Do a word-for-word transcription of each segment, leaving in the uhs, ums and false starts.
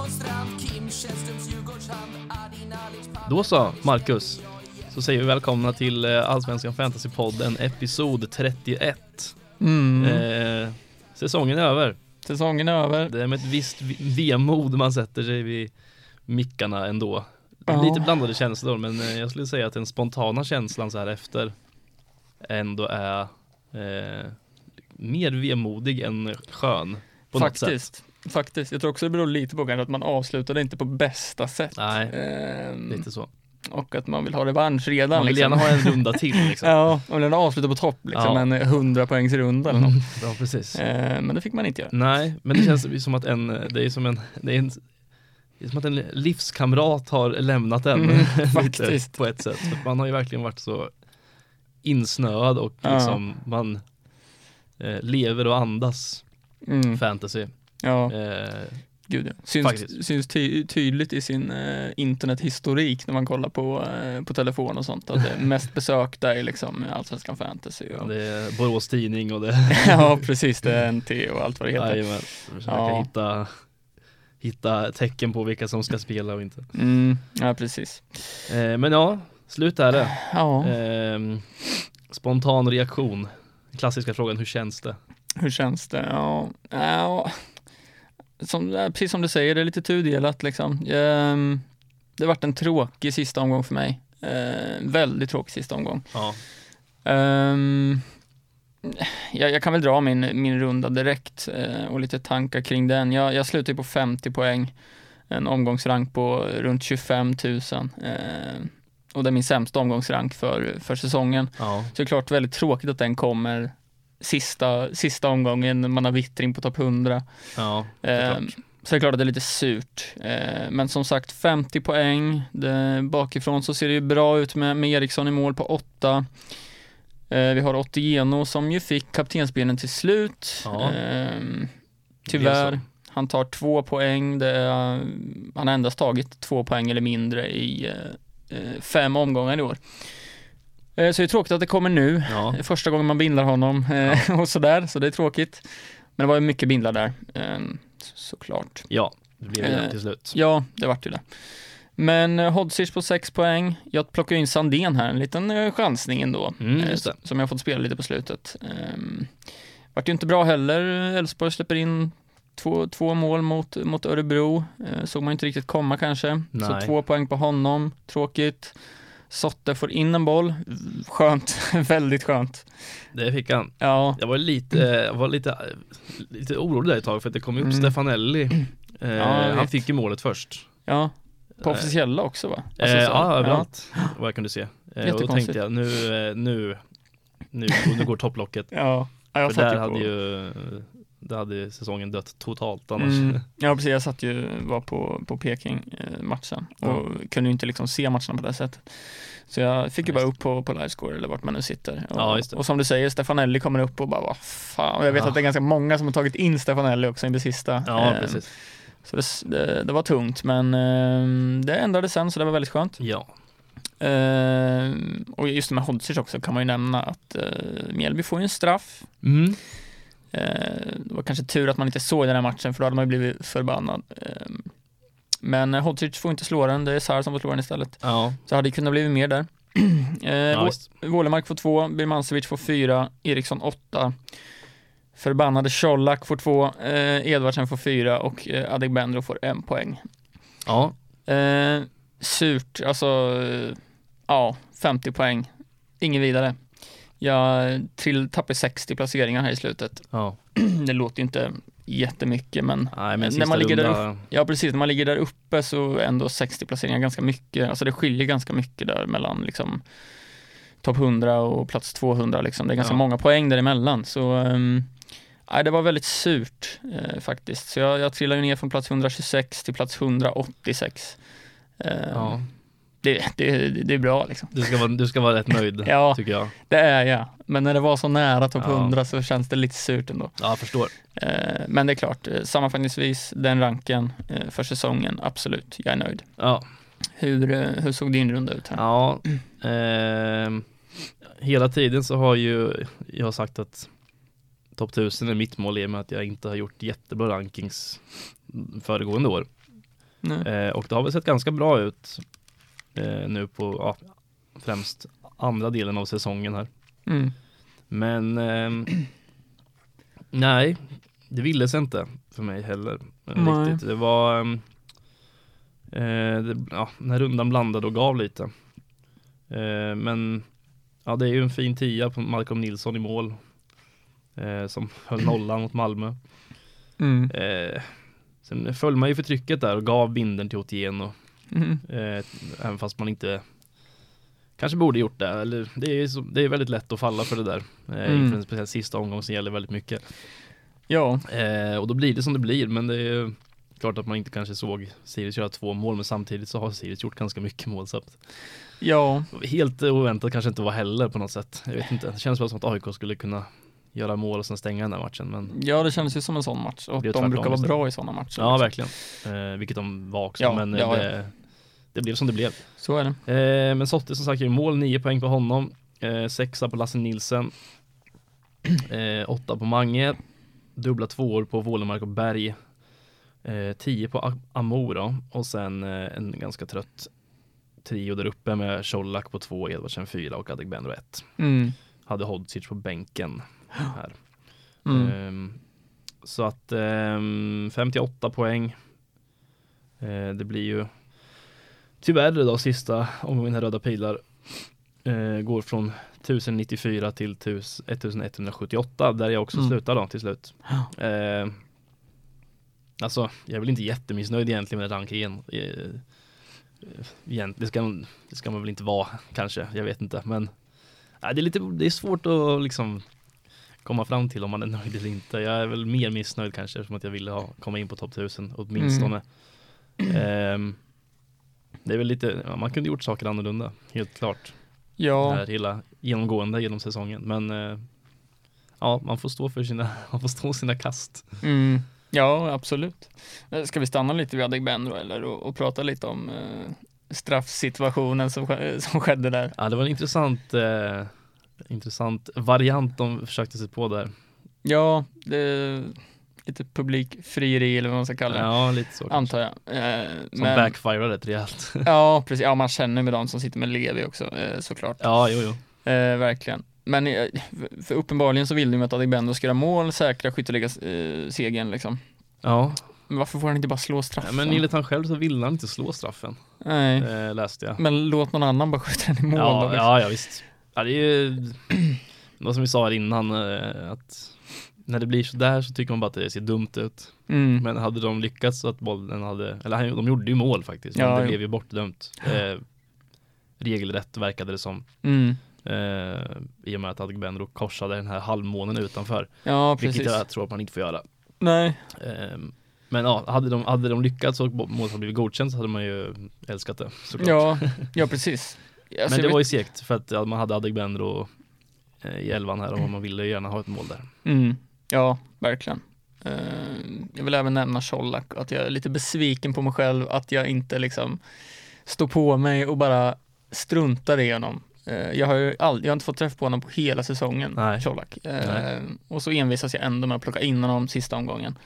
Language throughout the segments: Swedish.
Då så, Marcus, så säger vi välkomna till Allsvenskan Fantasypodden, episod trettioett. Mm. Eh, säsongen är över. Säsongen är över. Det är med ett visst vemod man sätter sig vid mickarna ändå. Ja. Lite blandade känslor, men jag skulle säga att den spontana känslan så här efter ändå är eh, mer vemodig än skön på Faktiskt. något sätt. Faktiskt. Jag tror också det beror lite på att man avslutade inte på bästa sätt. Nej, ehm, lite så. Och att man vill ha revansch redan. Man vill liksom. gärna ha en runda till. Liksom. Ja, och den avslutar på topp. Liksom, Ja. en hundra poängs runda eller något. Ja, precis. Ehm, men det fick man inte göra. Nej, men det känns som att en, det är som en, det är en, det är som att en livskamrat har lämnat en. Mm, lite, faktiskt. på ett sätt. För man har ju verkligen varit så insnöad och Ja. liksom man eh, lever och andas Mm. fantasy. Ja, Eh, gud ja. Syns, faktiskt. syns ty- tydligt i sin eh, internethistorik när man kollar på, eh, på telefon och sånt. Att det mest besökta är liksom Allsvenskan Fantasy. Och... det är Borås Tidning och det ja, precis. Det är N T och allt vad det heter. Jajamän. Försöka Ja. hitta, hitta tecken på vilka som ska spela och inte. Mm, ja, precis. Eh, men ja, slut är det. Ja, Eh, spontan reaktion. Klassiska frågan, hur känns det? hur känns det? Ja, ja. Som, precis som du säger, det är lite tudelat liksom. Ehm, det har varit en tråkig sista omgång för mig. Ehm, väldigt tråkig sista omgång. Ja. Ehm, jag, jag kan väl dra min, min runda direkt eh, och lite tankar kring den. Jag, jag slutar på femtio poäng. En omgångsrank på runt tjugofem tusen. Ehm, och det är min sämsta omgångsrank för, för säsongen. Ja. Så det är klart väldigt tråkigt att den kommer sista, sista omgången när man har vittring på topp hundra. Ja, Eh, så det är klart att det är lite surt. Eh, men som sagt, femtio poäng. Det, bakifrån så ser det ju bra ut med, med Eriksson i mål på åtta. Eh, vi har Otieno som ju fick kaptensbenen till slut. Ja. Eh, Det tyvärr. är så. Han tar två poäng. Det är, han har endast tagit två poäng eller mindre i eh, fem omgångar i år. Eh, så det är tråkigt att det kommer nu. Ja. Första gången man bindlar honom eh, och sådär, så det är tråkigt. Men det var ju mycket bindlar där, eh, såklart. Ja, det blir det Eh, till slut. Ja, det vart ju det. Men eh, Hodzic på sex poäng. Jag plockar in Sandén här, en liten eh, chansning ändå. Mm, eh, just det. som jag fått spela lite på slutet. Eh, vart ju inte bra heller. Elfsborg släpper in två, två mål mot, mot Örebro. Eh, såg man inte riktigt komma kanske. Nej. Så två poäng på honom, tråkigt. Sotte får in en boll. Skönt, väldigt skönt. Det fick han. Ja, Jag var lite, jag var lite, lite orolig där ett tag för att det kom upp Mm. Stefanelli. Eh, Ja, jag han vet. fick ju målet först. ja. På Eh, officiella också va? Eh, så- ja, överallt. Vad jag kunde se. Eh, och då Jättekonstigt. tänkte jag, nu, eh, nu, nu, nu går topplocket. Ja, ja jag För satt där ju hade på. ju, där hade säsongen dött totalt annars. Mm. Ja, precis. Jag satt ju, var på, på Peking-matchen och kunde ju inte liksom se matcherna på det sättet. Så jag fick ju Ja, bara just upp på, på livescore eller vart man nu sitter. Och, Ja, just det. och som du säger, Stefanelli kommer upp och bara, vad fan. Och jag vet Ja. att det är ganska många som har tagit in Stefanelli också i det sista. Ja, Eh, precis. Så det, det, det var tungt, men eh, det ändrade sen, så det var väldigt skönt. Ja. Eh, och just med Hodzic också kan man ju nämna att eh, Mjällby får ju en straff. Mm. Eh, det var kanske tur att man inte såg den här matchen, för då hade man ju blivit förbannad. Eh, men Hodzic får inte slå den, det är Sar som får slå den istället. Ja. Så hade det kunnat bli mer där. eh, Ja, Vå- visst. Wålemark får två, Birmancevic får fyra, Eriksson åtta. Förbannade Colak får två, eh, Edvardsen får fyra och eh, Adegbenro får en poäng. Ja. Eh, surt, alltså eh, ja, femtio poäng. Ingen vidare. Jag trill, tappade sextio placeringar här i slutet. Ja. Det låter ju inte jättemycket, men Nej, men när sista man ligger där runda, uppe, ja precis, när man ligger där uppe så är ändå sextio placeringar ganska mycket. Alltså det skiljer ganska mycket där mellan liksom topp hundra och plats tvåhundra liksom. Det är ganska Ja. många poäng däremellan, så um, nej, det var väldigt surt eh, faktiskt. Så jag, jag trillade ner från plats etthundratjugosex till plats etthundraåttiosex. Eh, Ja. det, det, det är bra liksom. Du ska vara, du ska vara rätt nöjd, Ja. tycker jag. Det är jag. Men när det var så nära topp Ja. hundra så känns det lite surt ändå. Ja, jag förstår. Eh, men det är klart, eh, sammanfattningsvis den ranken eh, för säsongen, absolut, jag är nöjd. Ja. Hur, eh, hur såg din runda ut här? Ja. ehm, hela tiden så har ju jag sagt att topp tusen är mitt mål, i och med att jag inte har gjort jättebra rankings föregående år. Eh, och det har väl sett ganska bra ut eh, nu på ja, främst andra delen av säsongen här. Mm. Men eh, nej, det ville sig inte för mig heller. Nej. Riktigt. Det var eh, det, ja, den här rundan blandade och gav lite. Eh, men ja, det är ju en fin tia på Malcolm Nilsson i mål eh, som höll nollan mot Malmö. Mm. Eh, sen föll man ju för trycket där och gav binden till Otieno. Mm. Eh, även fast man inte kanske borde gjort det. Eller, det, är så, det är väldigt lätt att falla för det där. Eh, Mm. Inför en speciell sista omgång som gäller väldigt mycket. Ja. Eh, och då blir det som det blir. Men det är ju klart att man inte kanske såg Sirius göra två mål. Men samtidigt så har Sirius gjort ganska mycket mål. Så att Ja. helt oväntat kanske inte var heller på något sätt. Jag vet inte. Det känns bara som att A I K skulle kunna göra mål och sen stänga den här matchen. Men Ja, det känns ju som en sån match. Och Det är de tvärtom brukar vara istället. bra i såna matcher. ja, liksom. verkligen. Eh, vilket de var också. Ja, men det eh, har det, det blev som det blev. Så är det. Eh, men Sotte som sagt gör mål, nio poäng på honom. Eh, sexa på Lasse Nilsen. Eh, åtta på Mange. Dubbla tvåor på Wålemark och Berg. Eh, tio på A- Amora. Och sen eh, en ganska trött trio där uppe med Schollack på två, Edvardsen fyra och Adegbenro ett. Mm. Hade Hodzic på bänken här. Mm. Ehm, så att ehm, femtioåtta poäng. Eh, det blir ju tyvärr då sista omgången här röda pilar eh, går från tusen nittiofyra till ettusenetthundrasjuttioåtta där jag också Mm. slutar då till slut. Eh, alltså jag är väl inte jättemissnöjd egentligen med rankingen. Eh, egent- det, ska, det ska man väl inte vara kanske, jag vet inte. Men nej, det, är lite, det är svårt att liksom komma fram till om man är nöjd eller inte. Jag är väl mer missnöjd kanske eftersom att jag ville ha, komma in på topp tusen åtminstone. Mm. Ehm, det är väl lite, ja, man kunde gjort saker annorlunda, helt klart. Det Ja. här hela genomgående genom säsongen. Men eh, ja, man får stå för sina, man får stå sina kast. Mm. Ja, absolut. Eh, Ska vi stanna lite vid Adegbenro eller och, och prata lite om eh, straffsituationen som, sk- som skedde där? Ja, det var en intressant eh, intressant variant de försökte sig på där. Ja, det är lite publikfrieri eller vad man ska kalla det. Ja, lite så. kanske. Antar jag. Eh, Som men, backfirar rätt rejält. ja, precis. Ja, man känner med de som sitter med Levi också, eh, såklart. Ja, jo, jo. Eh, verkligen. Men eh, för uppenbarligen så vill de ju att Adegbenro ska göra mål, säkra skytteliga-segern liksom. Ja, Men varför får han inte bara slå straffen? men enligt han själv så vill han inte slå straffen. Nej. Eh, läste jag. Men låt någon annan bara skjuta den i mål. då, Ja, liksom. ja, ja, visst. Ja, det är ju vad som vi sa här innan eh, att när det blir så där så tycker man bara att det ser dumt ut. Mm. Men hade de lyckats så att bollen hade, eller han- de gjorde ju mål faktiskt. Ja, Men det jo. blev ju bortdömt. Eh, regelrätt verkade det som. Mm. Eh, I och med att Adegbenro korsade den här halvmånen utanför. Ja, precis. Vilket jag tror att man inte får göra. Nej. Eh, men ja, hade de, hade de lyckats och målet hade blivit godkänt så hade man ju älskat det. Såklart. Ja, ja, precis. Alltså, Men det jag var ju vet- segt för att ja, man hade Adegbenro eh, i elvan här och man ville gärna ha ett mål där. Mm. Ja, verkligen. Eh, jag vill även nämna Schollack, att jag är lite besviken på mig själv att jag inte liksom står på mig och bara struntar i honom. Eh, jag har ju all, jag har inte fått träff på honom på hela säsongen, Nej. Schollack. Eh, Nej. och så envisas jag ändå med att plocka in honom sista omgången.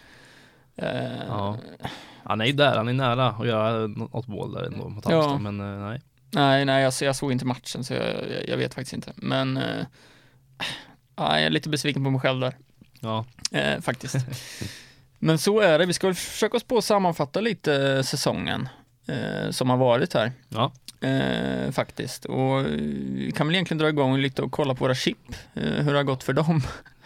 Eh, Ja. Han är ju där, han är nära att göra något mål där ändå mot Ja. Halmstad, men eh, nej. Nej, nej, jag, jag såg inte matchen så jag, jag, jag vet faktiskt inte. Men eh, ja, jag är lite besviken på mig själv där, Ja, eh, faktiskt. Men så är det. Vi ska väl försöka oss på att sammanfatta lite eh, säsongen eh, som har varit här. ja. Eh, faktiskt. Och eh, vi kan väl egentligen dra igång lite och kolla på våra chip. Eh, hur det har gått för dem.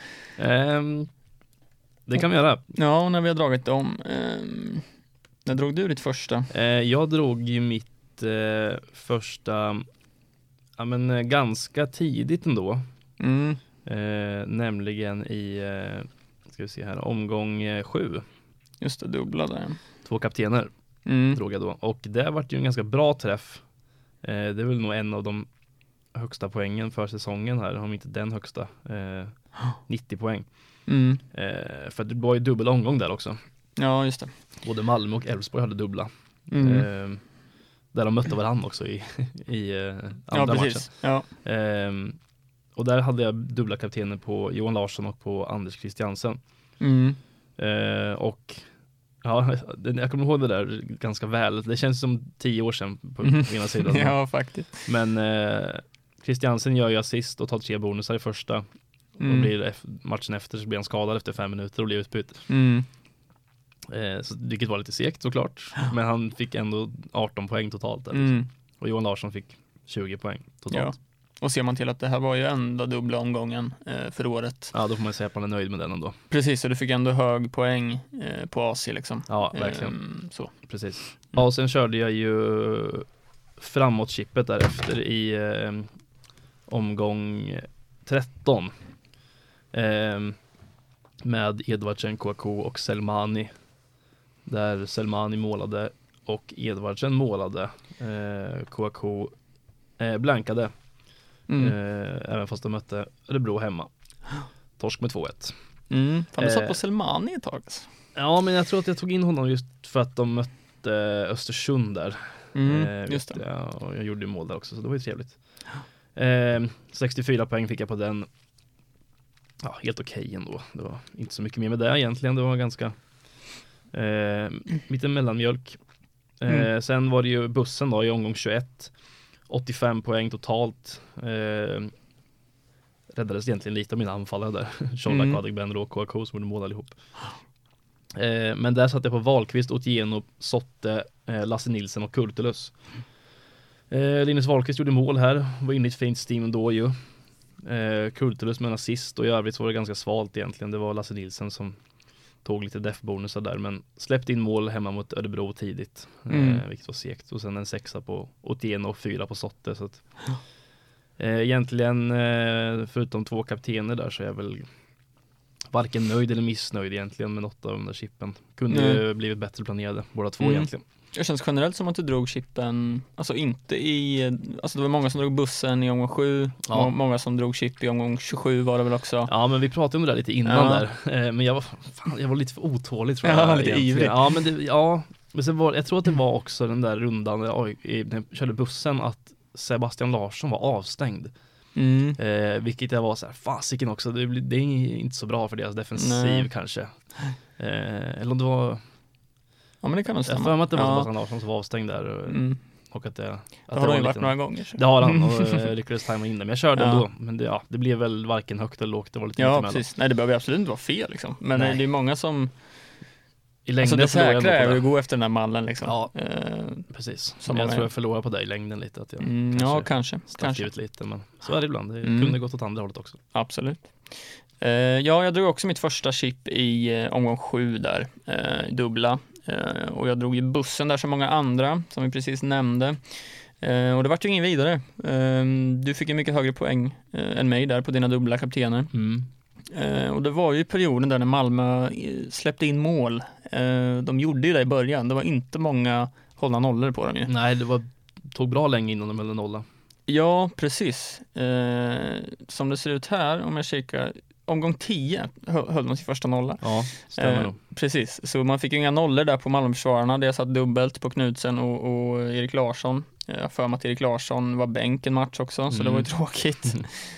Ehm, det kan vi göra. Ja, när vi har dragit dem. Eh, när drog du ditt första? Eh, jag drog ju mitt eh, första, ja men eh, ganska tidigt ändå. Mm. Eh, nämligen i, eh, ska vi se här, omgång eh, sju. Just det, dubbla där. Två kaptener Mm. drog jag då. Och det vart ju en ganska bra träff. Eh, det är väl nog en av de högsta poängen för säsongen här, om inte den högsta. Eh, nittio poäng. Mm. Eh, för det var ju dubbel omgång där också. Ja, just det. Både Malmö och Elfsborg hade dubbla. Mm. Eh, där de mötte varandra också i, i eh, andra Ja, precis. matchen. Ja. Eh, och där hade jag dubbla kaptener på Johan Larsson och på Anders Christiansen. Mm. Eh, och Ja, det, jag kommer ihåg det där ganska väl. Det känns som tio år sedan på Mm. ena sidan. Ja, faktiskt. Men eh, Christiansen gör ju assist och tar tre bonusar i första. Mm. Och blir eff- matchen efter så blir han skadad efter fem minuter och blir utbytt. Mm. Eh, så, vilket var lite segt såklart. Men han fick ändå arton poäng totalt. Där, Mm. Och Johan Larsson fick tjugo poäng totalt. Ja. Och ser man till att det här var ju enda dubbla omgången eh, för året. Ja, då får man säga att man är nöjd med den ändå. Precis, så du fick ändå hög poäng eh, på A C liksom. Ja, verkligen. Ehm, så. Precis. Ja, och sen körde jag ju framåt chippet därefter i eh, omgång tretton. Eh, med Edvardsen, Kouakou och Selmani. Där Selmani målade och Edvardsen målade. Eh, Kouakou eh, blankade. Mm. Eh, även fast de mötte Örebro hemma. Torsk med två ett. Mm. Fan, du satt Eh. på Selmani ett tag. Alltså. Ja, men jag tror att jag tog in honom just för att de mötte Östersund där. Mm, Eh, just vet det. jag, och jag gjorde ju mål där också, så det var ju trevligt. Eh, sextiofyra poäng fick jag på den. Ja, helt okej ändå. Det var inte så mycket mer med det egentligen. Det var ganska eh, lite mellanmjölk. Eh, Mm. Sen var det ju bussen då i omgång tjugoett. åttiofem poäng totalt. Eh, räddades egentligen lite av mina anfallare där. Colak, Mm. Adegbenro och Kouakou som gjorde mål allihop. Eh, men där satt jag på Wahlqvist, Otieno, Sotte, eh, Lasse Nilsson och Kurtulus. Eh, Linus Wahlqvist gjorde mål här. Var inne i ett fint team då ju. Eh, Kurtulus med en assist och i övrigt var det ganska svalt egentligen. Det var Lasse Nilsson som tog lite def-bonusar där, men släppte in mål hemma mot Örebro tidigt. Mm. Eh, vilket var segt. Och sen en sexa på Otieno och fyra på Sotte. Så att, eh, egentligen eh, förutom två kaptener där så är jag väl varken nöjd eller missnöjd egentligen med något av de där chippen. Kunde Nej. ju blivit bättre planerade, båda två Mm. egentligen. Det känns generellt som att du drog chippen, alltså inte i, alltså det var många som drog bussen i omgång sju, Ja. må- många som drog chip i omgång tjugosju var det väl också. Ja, men vi pratade om det där lite innan Ja. där. Eh, men jag var, fan, jag var lite för otålig tror Ja, jag. lite egentligen. ivrig. Ja, men det, ja. Men sen var, jag tror att det var också den där rundan oj, i- när jag körde bussen att Sebastian Larsson var avstängd. Mm. Eh, vilket jag var så här, fasiken också. Det, blir- det är inte så bra för deras defensiv Nej. kanske. Eh, eller om det var, Ja, men det kan nog jag stämma. för mig att det var Ja. Sebastian Larsson som var avstängd där. Och, Mm. och att det, att Det har de var ju varit lite- några gånger. Så. Det har han och eh, lyckades tajma in det. Men jag körde Ja. ändå. Men det, ja, det blev väl varken högt eller lågt. Det var lite Ja, mittemellan. precis. Nej, det behöver absolut inte vara fel liksom. Men Nej. det är många som, I längden alltså det förlorade jag säkra ändå på är det. att gå efter den här mallen liksom. Ja. Eh, Precis. Som Men jag många tror gör. jag förlorar på det i längden lite. Att jag mm, kanske ja, kanske. kanske. stackit lite. Men så är det ibland. Det Mm. kunde gått åt andra hållet också. Absolut. Eh, ja, jag drog också mitt första chip i eh, omgång sju där, eh, dubbla. Eh, och jag drog ju bussen där som många andra, som vi precis nämnde. Eh, och det vart ju ingen vidare. Eh, du fick en mycket högre poäng eh, än mig där på dina dubbla kaptener. Mm. Eh, och det var ju i perioden där när Malmö eh, släppte in mål. Eh, de gjorde ju det i början. Det var inte många hållna nollor på dem ju. Nej, det var, tog bra länge innan de höll nolla. Ja, precis. Eh, som det ser ut här, om jag kikar, omgång tio hö- höll de sin första nolla. Ja, stämmer Eh, nog. precis, så man fick ju inga nollor där på Malmöförsvararna. Det satt dubbelt på Knudsen och, och Erik Larsson. Jag har för mig att Erik Larsson var bänk en match också, så Mm. det var ju tråkigt.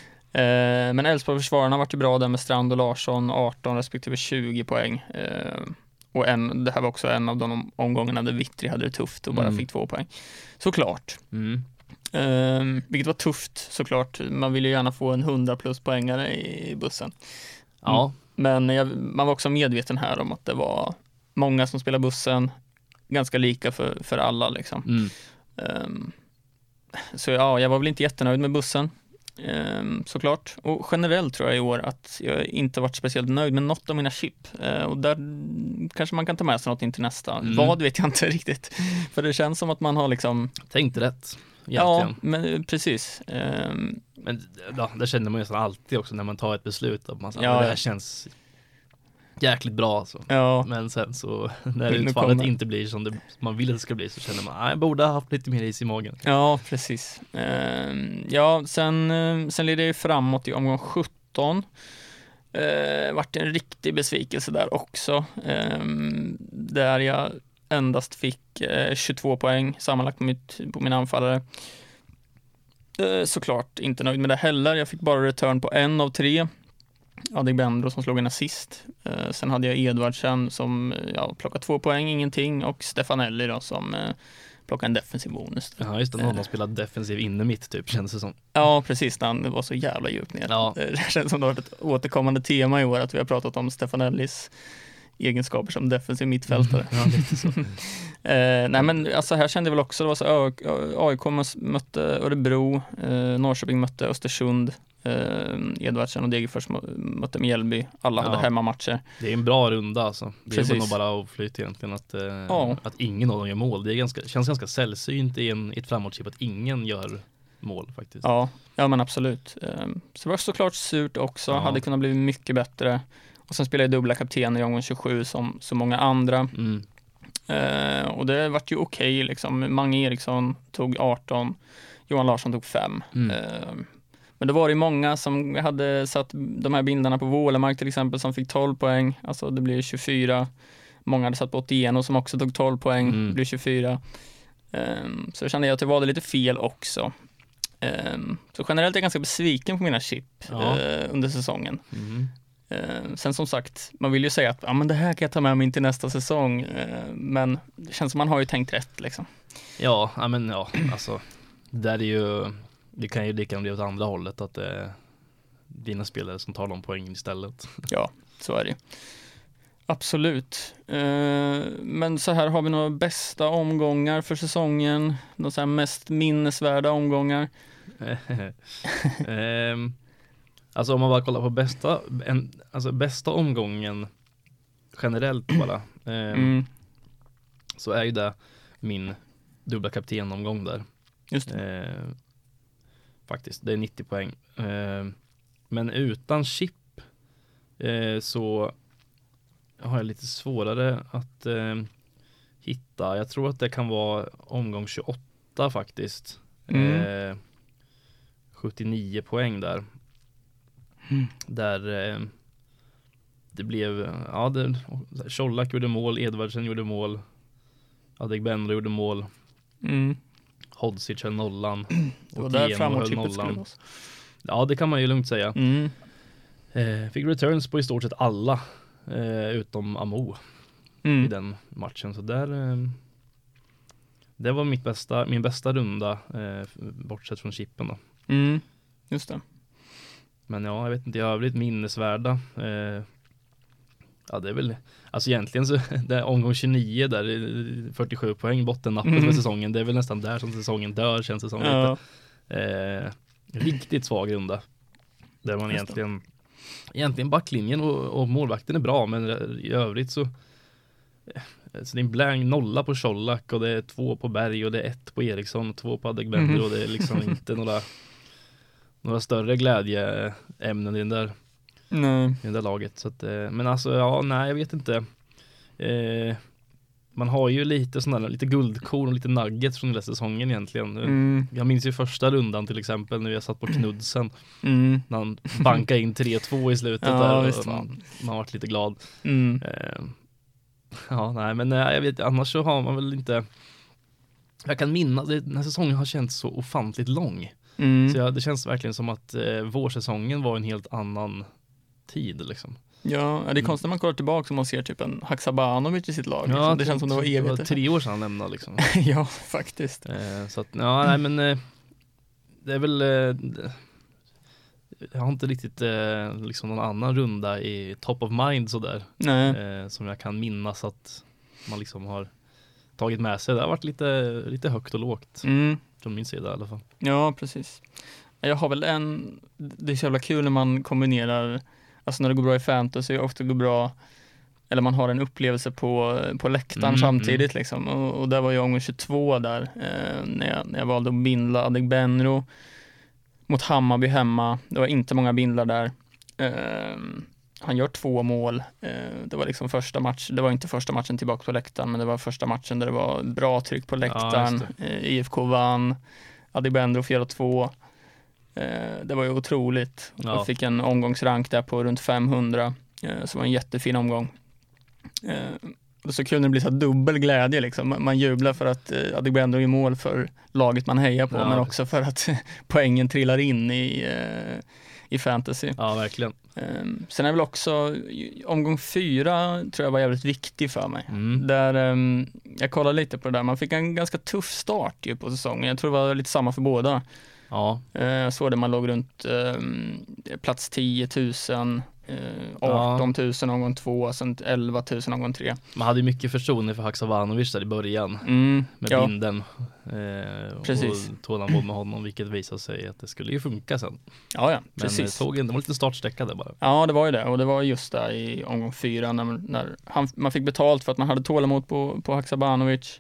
eh, men Elfsborg-försvararna var ju bra där med Strand och Larsson, arton respektive tjugo poäng. Eh, och en, det här var också en av de omgångarna där Vittri hade det tufft och bara Mm. fick två poäng. Såklart. Mm. Um, vilket var tufft såklart. Man ville ju gärna få en hundra plus poängare i bussen. Ja, Men jag, man var också medveten här om att det var många som spelar bussen, ganska lika för, för alla liksom. mm. Um, så ja, jag var väl inte jättenöjd med bussen. Um, såklart. Och generellt tror jag i år att jag inte varit speciellt nöjd med något av mina chip. Uh, och där kanske man kan ta med sig något in till nästa. Mm. Vad vet jag inte riktigt. För det känns som att man har liksom Tänkte rätt. ja, Egentligen. men precis. Um, Men ja, det känner man ju nästan alltid också när man tar ett beslut. Att man säger, Ja, ja, det ja. här känns jäkligt bra alltså. ja, Men sen så när Nu utfallet kommer- inte blir som det, man vill att det ska bli så känner man att jag borde ha haft lite mer is i magen. ja, precis. Um, ja, sen, uh, sen leder jag ju framåt i omgång sjutton. Uh, vart en riktig besvikelse där också. Um, där jag endast fick uh, tjugotvå poäng sammanlagt på, mitt, på mina anfallare. Uh, såklart inte nöjd med det heller. Jag fick bara return på en av tre. Adegbenro som slog en assist. Eh, sen hade jag Edvardsen som ja, plockade två poäng, ingenting, och Stefanelli då som eh, plockade en defensiv bonus. Ja, just det, någon har spelat defensiv inne mitt typ, känns det som. Ja, precis, han var så jävla djupt ner. Ja. Det känns som det har varit ett återkommande tema i år att vi har pratat om Stefanellis egenskaper som defensiv mittfältare. Ja, lite så. eh, nej men alltså här kände jag väl också, det var så A I K mötte Örebro, eh, Norrköping mötte Östersund, eh, Edvardsen och Degerfors mötte Mjällby. Alla hade Ja. hemmamatcher. Det är en bra runda alltså. Det Precis. är nog bara avflyt egentligen att, eh, Ja. att ingen av dem gör mål. Det är ganska, känns ganska sällsynt i, en, i ett framåtchip att ingen gör mål faktiskt. Ja, ja men absolut. Eh, så det var såklart surt också, Ja. hade kunnat bli mycket bättre. Och sen spelade jag dubbla kaptener i omgång tjugosju som så många andra. Mm. Eh, och det vart ju okej liksom. Mange Eriksson tog arton, Johan Larsson tog fem. Mm. Eh, men det var ju många som hade satt de här bilderna på Wålemark till exempel som fick tolv poäng. Alltså det blir tjugofyra. Många hade satt på Otieno som också tog tolv poäng. Mm. Det blir tjugofyra. Eh, så jag kände jag att det var lite fel också. Eh, så generellt är jag ganska besviken på mina chip Ja. eh, under säsongen. Mm. Eh, sen som sagt, man vill ju säga att ah, men det här kan jag ta med mig in till nästa säsong, eh, men det känns som man har ju tänkt rätt liksom. Ja, ja, men ja, alltså det där är ju, det kan ju lika gärna bli åt andra hållet att det är dina spelare som tar de poängen istället. Ja, så är det. Absolut. Eh, men så här har vi några bästa omgångar för säsongen, de så här mest minnesvärda omgångar. Ehm, alltså om man bara kollar på bästa, en, alltså bästa omgången generellt bara, ehm, Mm, så är ju det min dubbla kaptenomgång där. just det. Ehm, faktiskt, det är nittio poäng. Ehm, men utan chip eh, så har jag lite svårare att eh, hitta. Jag tror att det kan vara omgång tjugoåtta faktiskt. Mm. Eh, sjuttionio poäng där. Mm. Där eh, det blev, ja, det, Schollack gjorde mål, Edvardsen gjorde mål, Adegbenro gjorde mål, Mm. Hodzic höll nollan. Det var och där Tiemo framåtchippet höll skulle nollan. vara. Ja, det kan man ju lugnt säga. Mm. Eh, fick returns på i stort sett alla eh, utom Amo i Mm. den matchen. Så där eh, det var mitt bästa, min bästa runda eh, bortsett från chippen då. Mm. Just det. Men ja, jag vet inte, i övrigt minnesvärda. Eh, ja, det är väl, alltså egentligen så, det är omgång tjugonio där, eh, fyrtiosju poäng, bottennappet Mm. för säsongen. Det är väl nästan där som säsongen dör, känns det som. Ja. Lite. Eh, riktigt svag runda. Där man Just det. egentligen, egentligen backlinjen och, och målvakten är bra, men i övrigt så, eh, så det är en blank nolla på Schollack och det är två på Berg och det är ett på Eriksson och två på Adegbenro Mm. och det är liksom inte några några större glädjeämnen i den där, Nej. i det där laget. Så att, eh, men alltså, ja, nej, jag vet inte. Eh, man har ju lite sådana, lite guldkorn och lite nuggets från hela säsongen egentligen. Mm. Jag minns ju första rundan till exempel när jag satt på Knudsen. Mm. När han bankade in tre två i slutet Ja, där. visst Och var. man, man varit lite glad. Mm. Eh, ja, nej, men nej, jag vet, annars så har man väl inte. Jag kan minnas, det- den här säsongen har känts så ofantligt lång. Mm. Så ja, det känns verkligen som att eh, vårsäsongen var en helt annan tid liksom. Ja, det är konstigt när man kollar tillbaka och man ser typ en Haksabanovic i sitt lag. Ja, liksom. Det känns som det var evigt. tre år sedan han lämnade liksom. Ja, faktiskt. eh, så att, ja, nej men eh, det är väl eh, jag har inte riktigt eh, liksom någon annan runda i top of mind sådär. Nej. Eh, som jag kan minnas att man liksom har tagit med sig. Det har varit lite, lite högt och lågt Mm. från min sida i alla fall. Ja, precis. Jag har väl en, det är så jävla kul när man kombinerar, alltså när det går bra i fantasy och ofta går bra, eller man har en upplevelse på, på läktaren Mm, samtidigt liksom. Och, och där var jag omgång tjugotvå där, eh, när, jag, när jag valde att bindla Adegbenro mot Hammarby hemma. Det var inte många bindlar där. Eh, han gör två mål. Eh, det var liksom första match, det var inte första matchen tillbaka på läktaren, men det var första matchen där det var bra tryck på läktaren. Ja, eh, I F K vann. Adegbenro fyra två. Eh, det var ju otroligt. Ja. Jag fick en omgångsrank där på runt femhundra. Eh, så det var en jättefin omgång. Eh, det är så kul när det blir så här dubbel glädje liksom. Man, man jublar för att eh, Adegbenro är mål för laget man hejar på, Ja, men det- också för att poängen trillar in i, eh, i fantasy. Ja, verkligen. Um, sen är väl också omgång fyra tror jag var jävligt viktig för mig. Mm. Där um, jag kollade lite på det där. Man fick en ganska tuff start ju på säsongen. Jag tror det var lite samma för båda. Ja. Uh, så det man låg runt um, plats tio tusen, uh, arton tusen omgång två, sen elva tusen omgång tre. Man hade ju mycket förtroende för Haksabanovic där i början. Mm, med ja. binden. Eh, Precis. och tålamod med honom, vilket visade sig att det skulle ju funka sen. Ja, ja, Men precis. tog en, det var lite startsträckade bara. Ja, det var ju det. Och det var just där i omgång fyra när, när han, man fick betalt för att man hade tålamod på, på Haksabanovic.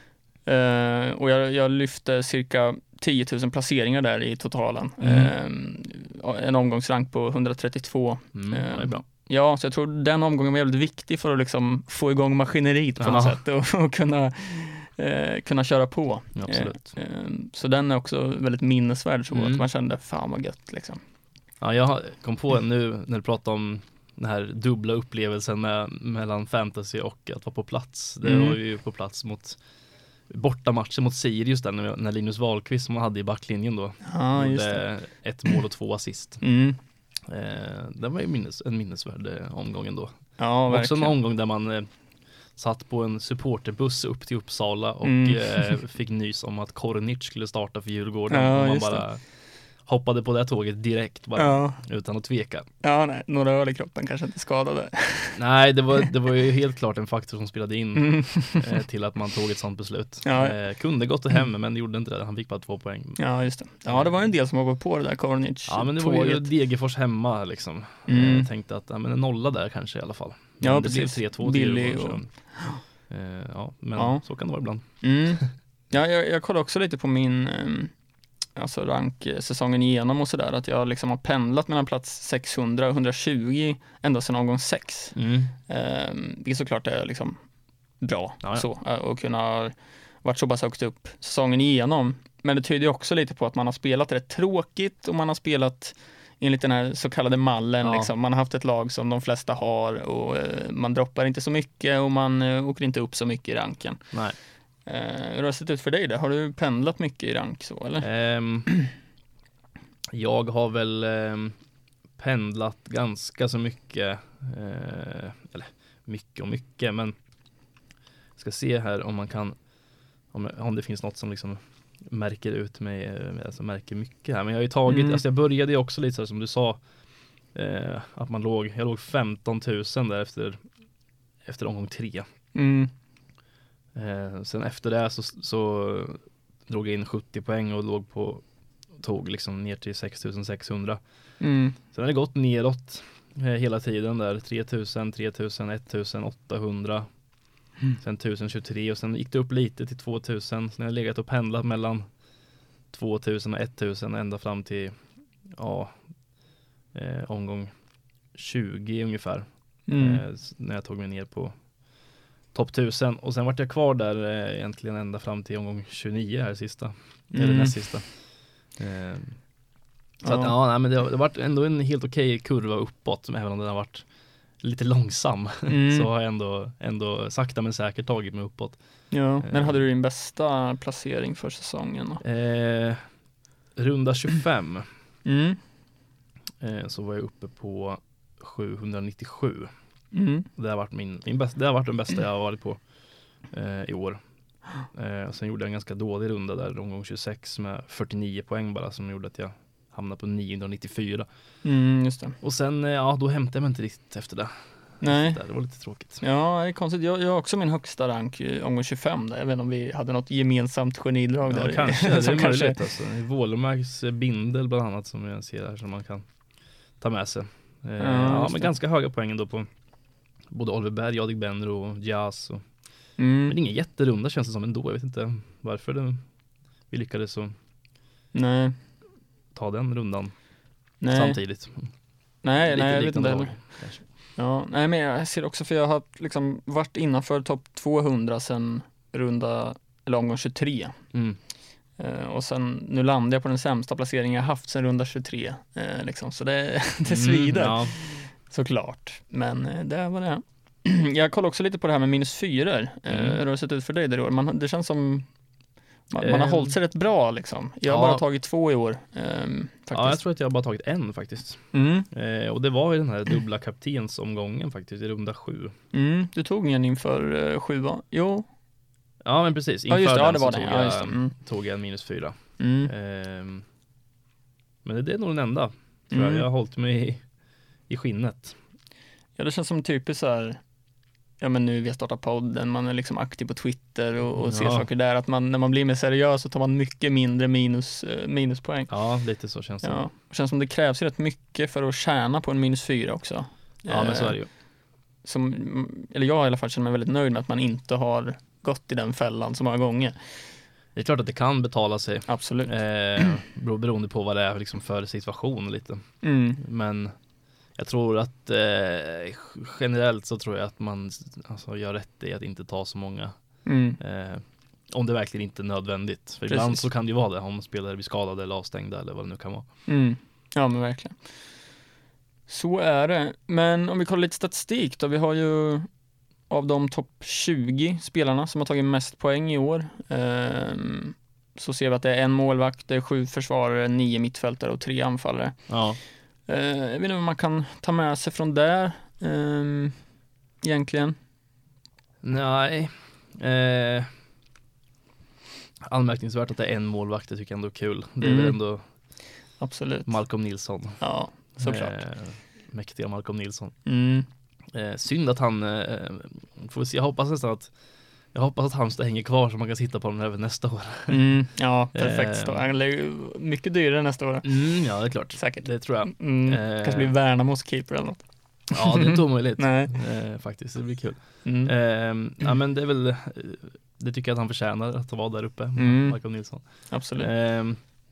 Uh, och jag, jag lyfte cirka tio tusen placeringar där i totalen. Mm. Uh, en omgångsrank på hundratrettiotvå. Mm, uh, det är bra. Ja, så jag tror den omgången var väldigt viktig för att liksom få igång maskineriet på något sätt och, och kunna, uh, kunna köra på. Ja, absolut. Uh, uh, så den är också väldigt minnesvärd så mm. att man kände fan vad gött liksom. Ja, jag kom på nu när du pratar om den här dubbla upplevelsen med, mellan fantasy och att vara på plats. Det mm. var ju på plats mot bortamatchen mot Sirius där när, när Linus Wahlqvist som man hade i backlinjen då. Ja, just det. Ett mål och två assist. Mm. Eh, det var ju minnes, en minnesvärd eh, omgången då. Ja, verkligen. Också en omgång där man eh, satt på en supporterbuss upp till Uppsala och Mm. eh, fick nys om att Kornic skulle starta för Djurgården. Ja, och man just bara det. hoppade på det tåget direkt bara, Ja. utan att tveka. Ja, nej, några öl i kroppen kanske inte skadade. Nej, det var, det var ju helt klart en faktor som spelade in Mm. eh, till att man tog ett sånt beslut. Ja. Eh, kunde gått hem, men det gjorde inte det. Han fick bara två poäng. Ja, just det. Ja, det var en del som var på det där Kornic. Ja, men det var ju Degerfors hemma liksom. Mm. Jag tänkte att ja, men en nolla där kanske i alla fall. Men Ja, det precis. blev tre två Billig och... och... eh, ja, men Ja. så kan det vara ibland. Mm. Ja, jag, jag kollade också lite på min um, alltså rank säsongen igenom och sådär, att jag liksom har pendlat mellan plats sexhundra och hundratjugo ända sedan omgång sex. Mm. Um, det är såklart är liksom bra Ja, ja. så, och kunna varit så pass högt upp säsongen igenom. Men det tyder ju också lite på att man har spelat rätt tråkigt och man har spelat enligt den här så kallade mallen. Ja. Liksom. Man har haft ett lag som de flesta har och eh, man droppar inte så mycket och man eh, åker inte upp så mycket i ranken. Nej. Eh, hur har det sett ut för dig där? Har du pendlat mycket i rank så eller? Ehm, jag har väl ehm, pendlat ganska så mycket. Eh, eller mycket och mycket, men jag ska se här om man kan, om, om det finns något som liksom märker ut mig, eh, alltså märker mycket här. Men jag har ju tagit, Mm. alltså jag började ju också lite så här, som du sa, eh, att man låg, jag låg femton tusen där efter, efter omgång tre. Mm. Eh, sen efter det så, så drog jag in sjuttio poäng och låg på, tog liksom ner till sex tusen sexhundra. Mm. Sen har det gått neråt eh, hela tiden där, tre tusen, tre tusen, ett tusen åttahundra. Mm. Sen tusen tjugotre och sen gick det upp lite till två tusen. Sen har jag legat och pendlat mellan två tusen och ett tusen ända fram till ja, eh, omgång tjugo ungefär. Mm. Eh, när jag tog mig ner på topp tusen. Och sen vart jag kvar där eh, egentligen ända fram till omgång tjugonio här sista. Mm. Eller näst sista. Eh, så Ja. att ja, nej, men det har, det har varit ändå en helt okej kurva uppåt, även om den har varit lite långsam. Mm. Så har jag ändå, ändå sakta men säkert tagit mig uppåt. Ja. Men Eh. hade du din bästa placering för säsongen då? Eh, runda tjugofem Mm. eh, så var jag uppe på sjuhundranittiosju. Mm. Det har varit min, min bästa, det har varit den bästa jag har varit på eh, i år. Eh, och sen gjorde jag en ganska dålig runda där omgång tjugosex med fyrtionio poäng bara, som gjorde att jag hamnade på niohundranittiofyra. Mm, just det. Och sen eh, ja, då hämtade jag mig inte riktigt efter det. Nej. Det var lite tråkigt. Ja, det är konstigt. Jag, jag har också min högsta rank i omgång tjugofem där. Jag vet inte om vi hade något gemensamt genidrag Ja, där. kanske. Det är som möjligt kanske... alltså. Vålemarks bindel bland annat som jag ser här som man kan ta med sig. Eh, Ja, ja, just men det. ganska höga poäng då på både Oliver Berg, Jadig Benro och Jazz. Och, Mm. men ingen jätterunda känns det som ändå. Jag vet inte varför det, vi lyckades så Nej. ta den rundan Nej. samtidigt. Nej, Lite nej, jag vet liknande inte lag, heller. kanske. Ja, nej, men jag ser också, för jag har liksom varit innanför topp tvåhundra sen runda, eller omgång tjugotre. Mm. Eh, och sen, nu landar jag på den sämsta placeringen jag haft sen runda tjugotre. Eh, liksom, så det, det svider. Mm, ja. Såklart. Men eh, det var det. Jag kollar också lite på det här med minus fyror. Eh, Mm. Hur har det sett ut för dig där i år? Man, det känns som Man, man har Ehm. hållit sig rätt bra liksom. Jag har Ja. bara tagit två i år. ehm, faktiskt. Ja, jag tror att jag har bara tagit en faktiskt. Mm. Eh, och det var i den här dubbla kaptensomgången faktiskt, i runda sju. Mm. Du tog en inför uh, sjua? Jo. Ja, men precis. Ja, Inför just det. Ja, den det var så det. tog, Ja, jag, just det. Mm. tog jag en minus fyra. Mm. Ehm, men det, det är nog den enda. Tror Mm. jag. jag har hållit mig i, i skinnet. Ja, det känns som typiskt så här. Ja, men nu vi har startat podden, man är liksom aktiv på Twitter och, och ser Ja. saker där. Att man, när man blir mer seriös så tar man mycket mindre minus, eh, minuspoäng. Ja, lite så känns det. Ja, det känns som det krävs ju rätt mycket för att tjäna på en minus fyra också. Ja, men så är det ju. Som, eller jag i alla fall känner mig väldigt nöjd med att man inte har gått i den fällan så många gånger. Det är klart att det kan betala sig. Absolut. Eh, bero- beroende på vad det är liksom för situation lite. Mm. Men jag tror att eh, generellt så tror jag att man alltså, gör rätt i att inte ta så många. Mm. Eh, om det verkligen inte är nödvändigt. För Precis. ibland så kan det ju vara det om spelare blir skadade eller avstängda eller vad det nu kan vara. Mm. Ja, men verkligen. Så är det. Men om vi kollar lite statistik då. Vi har ju av de topp tjugo spelarna som har tagit mest poäng i år. ehm, så ser vi att det är en målvakt, det är sju försvarare, nio mittfältare och tre anfallare. Ja. Eh, jag vet inte vad man kan ta med sig från där ehm, egentligen. Nej. Eh, anmärkningsvärt att det är en målvakt, det tycker jag ändå är kul. Det är Mm. väl ändå Absolut. Malcolm Nilsson. Ja, såklart. Eh, mäktiga Malcolm Nilsson. Mm. Eh, synd att han eh, får vi se, jag hoppas nästan att jag hoppas att Halmstad hänger kvar så man kan sitta på dem även nästa år. Mm. Ja, perfekt. Eh. Stå. Han lägger ju mycket dyrare nästa år. Mm, ja, det är klart. Säkert. Det tror jag. Mm. Eh. Kanske blir Värnamos keeper eller något. Ja, det är inte omöjligt. Nej. Eh, faktiskt, det blir kul. Mm. Eh, ja, men det är väl, det tycker jag att han förtjänar att vara där uppe, Mm. Malcolm Nilsson. Absolut. Eh,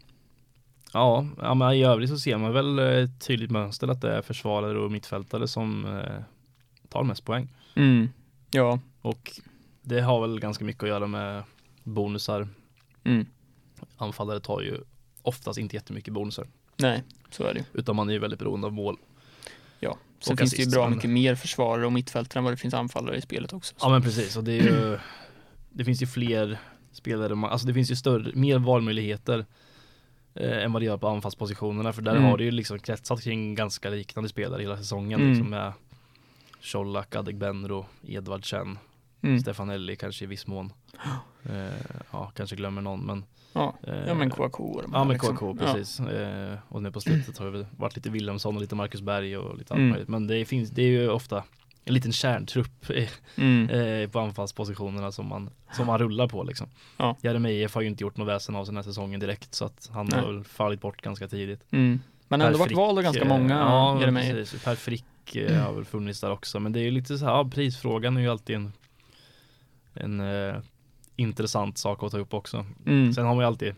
ja, ja, men i övrigt så ser man väl ett tydligt mönster att det är försvarare och mittfältare som eh, tar mest poäng. Mm. Ja. Och det har väl ganska mycket att göra med bonusar. Mm. Anfallare tar ju oftast inte jättemycket bonusar, Nej, så är det ju. utan man är ju väldigt beroende av mål. Ja. Sen Och finns det ju assist, bra men- mycket mer försvarare och mittfältare än vad det finns anfallare i spelet också. Ja, men precis, och det är ju det finns ju fler spelare, man- alltså det finns ju större, mer valmöjligheter eh, än vad det gör på anfallspositionerna, för där Mm. har det ju liksom kretsat kring ganska liknande spelare hela säsongen, Mm. liksom med Colak, Adegbenro, Edvard Chen, Mm. Stefanelli kanske i viss mån. Eh, ja, kanske glömmer någon, men Ja. eh, Ja, men K A K. och de Ja, här men liksom. K A K, precis. Eh, och nu på slutet har det väl varit lite Wilhelmsson och lite Marcus Berg och lite allt Mm. möjligt. Men det finns, det är ju ofta en liten kärntrupp i, Ja. Mm. eh, på anfallspositionerna som man, som man rullar på liksom. Ja. Jeremejeff har ju inte gjort något väsen av den här säsongen direkt, så att han Nej. har väl fallit bort ganska tidigt. Mm. Men ändå Per varit Frick, vald av ganska eh, många. Ja, men Jeremejeff. precis. Per Frick eh, har väl funnits där också. Men det är ju lite så här, ja, prisfrågan är ju alltid en, en eh, intressant sak att ta upp också. Mm. Sen har man ju alltid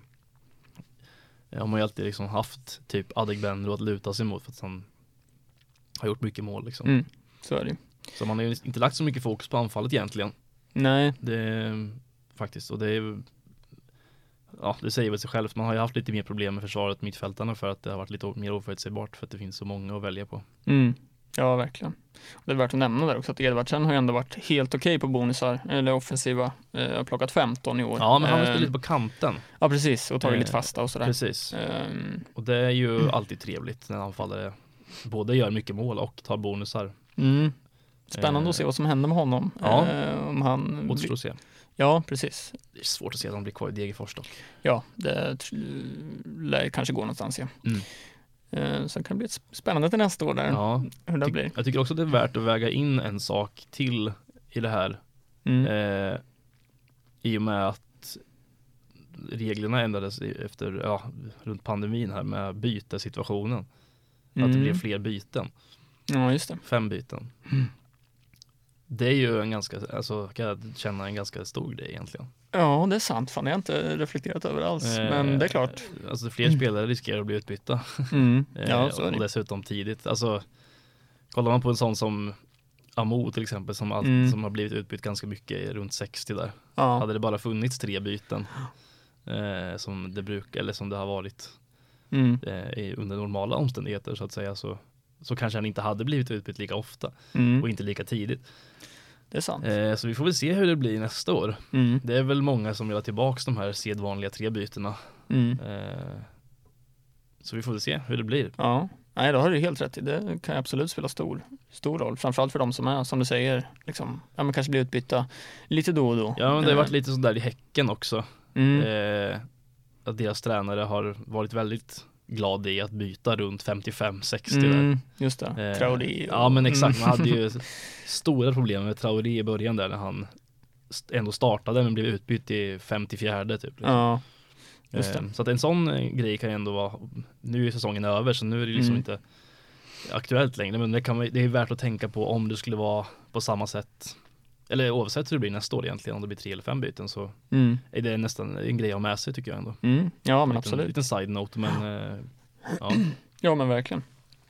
har man ju alltid liksom haft typ Adegbenro att luta sig mot för att han har gjort mycket mål liksom. Mm. Så är det ju. Så man har ju inte lagt så mycket fokus på anfallet egentligen. Nej. Det är, faktiskt, och det är, ja, det säger väl sig självt. Man har ju haft lite mer problem med försvaret, mittfältarna, för att det har varit lite mer oförutsägbart för att det finns så många att välja på. Mm. Ja, verkligen. Och det är värt att nämna där också att Edvardsen har ju ändå varit helt okej på bonusar, eller offensiva. Eh, har plockat femton i år. Ja, men han har Eh, spelat lite på kanten. Ja, precis. Och tagit Eh, lite fasta och sådär. Precis. Ehm, Och det är ju alltid trevligt när anfallare både gör mycket mål och tar bonusar. mm. Spännande Eh, att se vad som händer med honom. ja. Eh, om han... Återstår att se. Ja, precis. Det är svårt att se att han blir kvar i Degerfors dock. Ja, det tr- lär kanske gå någonstans, ja. Mm. Eh, så det kan bli ett spännande till nästa år där, Ja, hur det Ty- blir. jag tycker också att det är värt att väga in en sak till i det här. Mm. Eh, I och med att reglerna ändrades i- efter, ja, runt pandemin här med bytesituationen. Att det Mm. blev fler byten. Ja, just det. Fem byten. Mm. Det är ju en ganska, alltså kan jag känna en ganska stor grej egentligen. Ja, det är sant. Fan, jag har inte reflekterat över alls. Eh, Men det är klart. Alltså fler spelare riskerar att bli utbytta. Mm. Eh, Ja, så är och det. dessutom tidigt. Alltså, kollar man på en sån som Amo till exempel, som, allt, Mm. som har blivit utbytt ganska mycket runt sextio där. Ja. Hade det bara funnits tre byten eh, som det brukar, eller som det har varit Mm. eh, i- under normala omständigheter så att säga, så, så kanske han inte hade blivit utbytt lika ofta Mm. och inte lika tidigt. det är sant. Eh, så vi får väl se hur det blir nästa år. Mm. Det är väl många som vill ha tillbaka de här sedvanliga tre bytena. Mm. Eh, så vi får väl se hur det blir. Ja, nej, då har du helt rätt i. Det kan absolut spela stor, stor roll. Framförallt för de som är, som du säger, liksom, ja, men kanske blir utbytta lite då och då. Ja, men det har Eh. varit lite sådär i Häcken också. Mm. Eh, att deras tränare har varit väldigt glad i att byta runt femtiofem sextio Mm, där. just det, Eh, Traoré. Och... Ja, men exakt. Mm. Man hade ju stora problem med Traoré i början där när han st- ändå startade men blev utbytt i femtiofyra typ. Liksom. Ja, just det. Eh, så att en sån eh, grej kan ju ändå vara, nu är säsongen över så nu är det liksom Mm. inte aktuellt längre, men det, kan, man- det är värt att tänka på om det skulle vara på samma sätt, eller oavsett hur det blir nästa år egentligen, om det blir tre eller fem byten, så Mm. är det nästan en grej att ha med sig tycker jag ändå. Mm. Ja, men En liten, absolut. liten side-note, men eh, ja. Ja, men verkligen.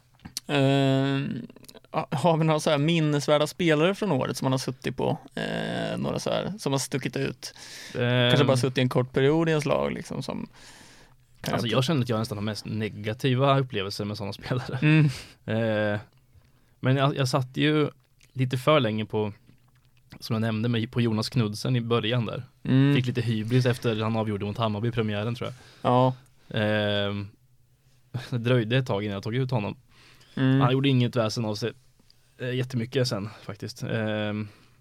Uh, har vi några så här minnesvärda spelare från året som man har suttit på? Uh, några så här som har stuckit ut? Kanske bara suttit i en kort period i ens lag liksom, som kan Alltså jag... jag känner att jag nästan har mest negativa upplevelser med sådana spelare. Mm. Eh, men jag, jag satt ju lite för länge på, som jag nämnde, med, på Jonas Knudsen i början där. Mm. Fick lite hybris efter han avgjorde mot Hammarby i premiären tror jag. Ja. Eh, det dröjde ett tag innan jag tog ut honom. Mm. Han gjorde inget väsen av sig eh, jättemycket sen faktiskt. Eh,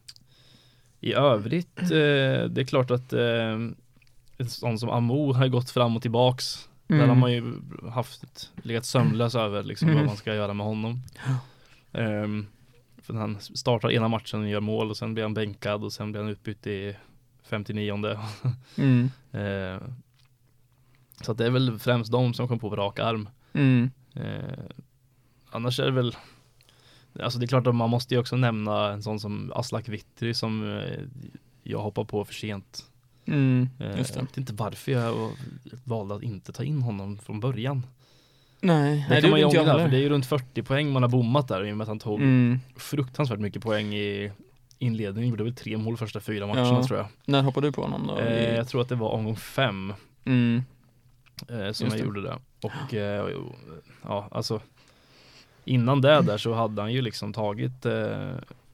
I övrigt, eh, det är klart att eh, en sån som Amo har gått fram och tillbaks. Mm. Där har man ju haft legat sömnlös över liksom, Mm. vad man ska göra med honom. Um, för han startar ena matchen och gör mål och sen blir han bänkad och sen blir han utbytt i femtionionde. Mm. uh, så att det är väl främst de som kom på rak arm. Mm. Uh, annars är det väl, alltså det är klart att man måste ju också nämna en sån som Aslak Witry som uh, jag hoppar på för sent. Mm. Uh, Just det. jag vet inte varför jag valde att inte ta in honom från början. Nej, Det nej, kan man ju gjorde inte ångra, jag för det heller. är ju runt fyrtio poäng man har bommat där i och med att han tog Mm. fruktansvärt mycket poäng i inledningen. Gjorde väl tre mål första fyra matcherna Ja. tror jag. När hoppade du på honom då? Eh, jag tror att det var omgång fem Mm. eh, som Just jag det. gjorde det. Och eh, ja, alltså innan det där så hade han ju liksom tagit eh,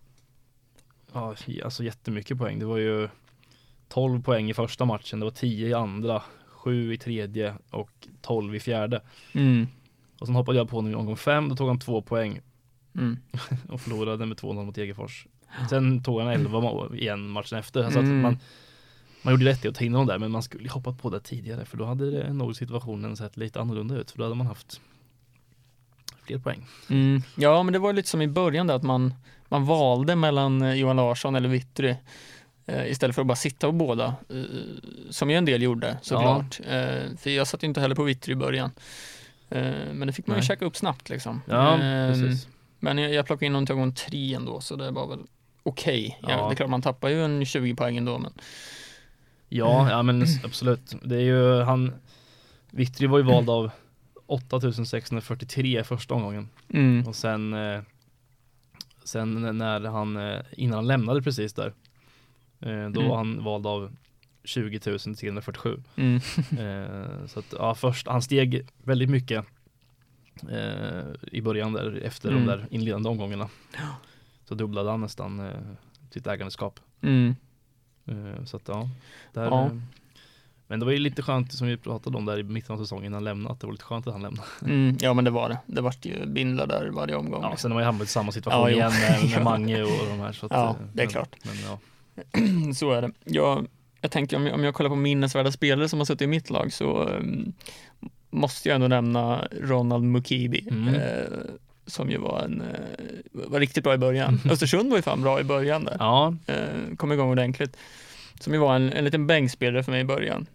ja, alltså jättemycket poäng. Det var ju tolv poäng i första matchen, det var tio i andra, sju i tredje och tolv i fjärde. Mm. Och sen hoppade jag på honom i omgång fem, då tog han två poäng Mm. och förlorade med två noll mot Degerfors. Sen tog han elva mål igen matchen efter. Så att Mm. man, man gjorde rätt i att ta in honom där, men man skulle hoppat på det tidigare, för då hade det nog situationen sett lite annorlunda ut, för då hade man haft fler poäng. Mm. Ja, men det var lite som i början där att man, man valde mellan eh, Johan Larsson eller Witry eh, istället för att bara sitta på båda, eh, som ju en del gjorde såklart. Eh, för jag satt ju inte heller på Witry i början. Eh, men det fick man ju Nej. käka upp snabbt liksom. Ja, Eh, precis. Men jag, jag plockade in honom till gång tre ändå, så det var väl okej. Ja. Ja, det är klart man tappar ju en tjugo poäng ändå, men Ja, ja men absolut. Det är ju han, Witry var ju vald av åtta tusen sexhundrafyrtiotre första omgången. mm. Och sen eh, sen när han eh, innan han lämnade precis där eh, då Mm. var han vald av tjugo tusen trehundrafyrtiosju. Mm. Eh, så att ja, först han steg väldigt mycket eh, i början där efter Mm. de där inledande omgångarna. Så dubblade han nästan eh, sitt ägandeskap. Mm. Eh, så att ja, där, Ja. eh, men det var ju lite skönt som vi pratade om där i mitten av säsongen när han lämnade, att det var lite skönt att han lämnade. Mm. Ja, men det var det. Det var ju bindlar där varje omgång. Ja, liksom. sen har man ju hamnat i samma situation Ja, jo. igen med, Ja. med Mange och de här. Så att, Ja, eh, det är men, klart. Men, ja. Så är det. Jag, jag tänker om jag, om jag kollar på minnesvärda spelare som har suttit i mitt lag, så um, måste jag ändå nämna Ronald Mukibi. Mm. Eh, som ju var en eh, var riktigt bra i början. Östersund var ju fan bra i början där. Ja, Eh, kom igång ordentligt. Som ju var en, en liten bänkspelare för mig i början.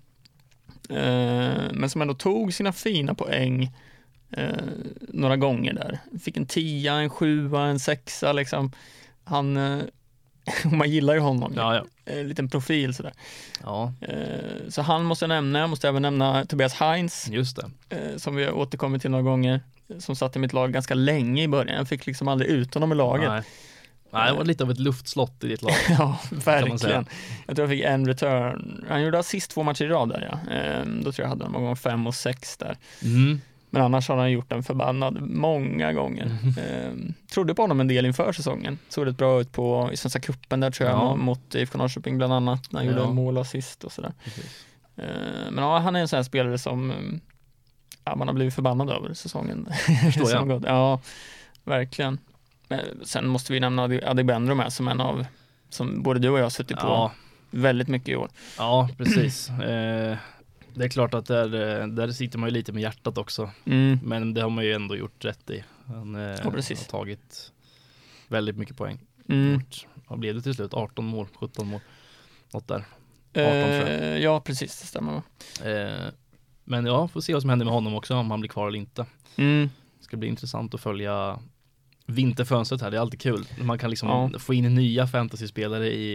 Eh, men som ändå tog sina fina poäng eh, några gånger där. Fick en tia, en sjua, en sexa liksom. Han, eh, man gillar ju honom. ja, ja. En liten profil sådär. Ja, Eh, så han måste jag nämna. Jag måste även nämna Tobias Heinz, just det. eh, som vi har återkommit till några gånger. Som satt i mitt lag ganska länge i början. Jag fick liksom aldrig ut honom i laget. Nej. Nej, det var lite av ett luftslott i ditt lag. Ja, man verkligen. säga. Jag tror jag fick en return. Han gjorde assist två matcher i rad där, ja. Ehm, då tror jag hade honom gång fem och sex där. Mm. Men annars har han gjort en förbannad många gånger. Mm. Eh, trodde på honom en del inför säsongen. Såg det bra ut på i Svenska cupen där tror jag, ja. mot I F K Norrköping bland annat. När han ja. gjorde mål och assist och sådär. Eh, men ja, han är en sån här spelare som ja, man har blivit förbannad över säsongen. Förstår jag. Ja, verkligen. Men sen måste vi nämna Adegbenro med som en av, som både du och jag har suttit på ja. väldigt mycket i år. Ja, precis. Eh, det är klart att där, där sitter man ju lite med hjärtat också. Mm. Men det har man ju ändå gjort rätt i. Han eh, ja, har tagit väldigt mycket poäng. Mm. Vad blev det till slut? arton mål, sjutton mål. Något där. arton, eh, ja, precis. Det stämmer. Eh, men ja, får se vad som händer med honom också, om han blir kvar eller inte. Mm. Det ska bli intressant att följa vinterfönstret här. Det är alltid kul. Man kan liksom ja. få in nya fantasyspelare i,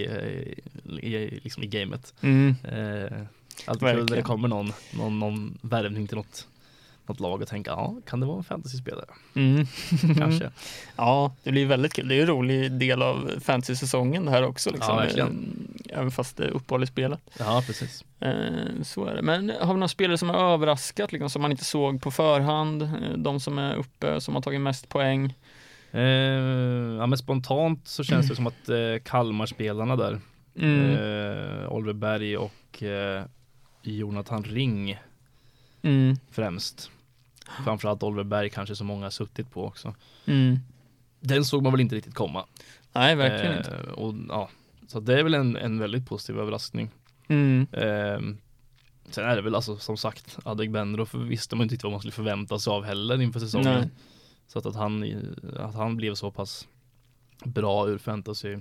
i, i, liksom i gamet. Mm. Eh, alltid Verkligen. kul när det kommer någon, någon, någon värvning till något, något lag och tänka, ja, kan det vara en fantasyspelare? Mm. Kanske. Ja, det blir väldigt kul. Det är ju en rolig del av fantasy-säsongen det här också. Liksom. Ja, verkligen. Även fast det är uppehåll i spelet. Ja, precis. Eh, så är det. Men har vi några spelare som har överraskat, liksom, som man inte såg på förhand? De som är uppe, som har tagit mest poäng? Eh, ja, men spontant så känns det som att eh, Kalmar-spelarna där mm. eh, Oliver Berg och eh, Jonathan Ring mm. främst. Framförallt Oliver Berg kanske så många har suttit på också. Mm. Den såg man väl inte riktigt komma. Nej, verkligen eh, inte. Och, ja, så det är väl en, en väldigt positiv överraskning. Mm. Eh, sen är det väl alltså som sagt Adegbenro, för visste man inte vad man skulle förvänta sig av heller inför säsongen. Nej. Så att, att, han, att han blev så pass bra ur fantasy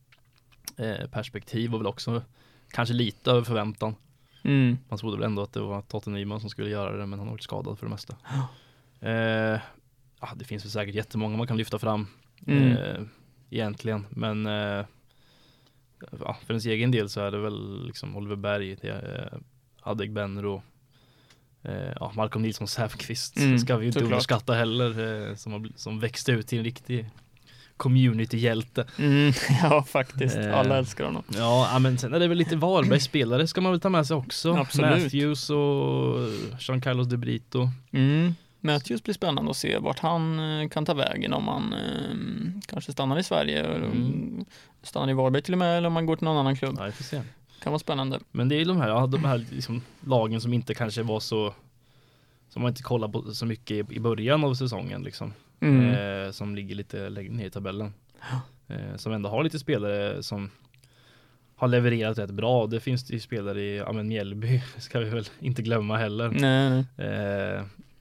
eh, perspektiv och väl också kanske lite över förväntan. Mm. Man trodde väl ändå att det var Totte Nyman som skulle göra det, men han har varit skadad för det mesta. eh, ja, det finns väl säkert jättemånga man kan lyfta fram mm. eh, egentligen, men eh, ja, för ens egen del så är det väl liksom Oliver Berg, det är, eh, Adegbenro, Eh, ja, Malcolm Nilsson Säfqvist mm, ska vi ju inte underskatta heller, eh, som, har, som växte ut till en riktig community-hjälte. Mm, ja, faktiskt. Eh, Alla älskar honom. Ja, men sen är det väl lite Varberg-spelare ska man väl ta med sig också. Absolut. Matthews och Jean-Carlos de Brito. Mm. Matthews blir spännande att se vart han eh, kan ta vägen, om han eh, kanske stannar i Sverige eller mm. stannar i Varberg till och med, eller om man går till någon annan klubb. Ja, vi får se. Kan vara spännande. Men det är de här, ja, de här liksom, lagen som inte kanske var så, som man inte kollar på så mycket i, i början av säsongen liksom. Mm. Eh, som ligger lite längre ner i tabellen. Eh, som ändå har lite spelare som har levererat rätt bra. Det finns ju spelare i ja, men Mjällby, ska vi väl inte glömma heller. Nej, nej. Eh,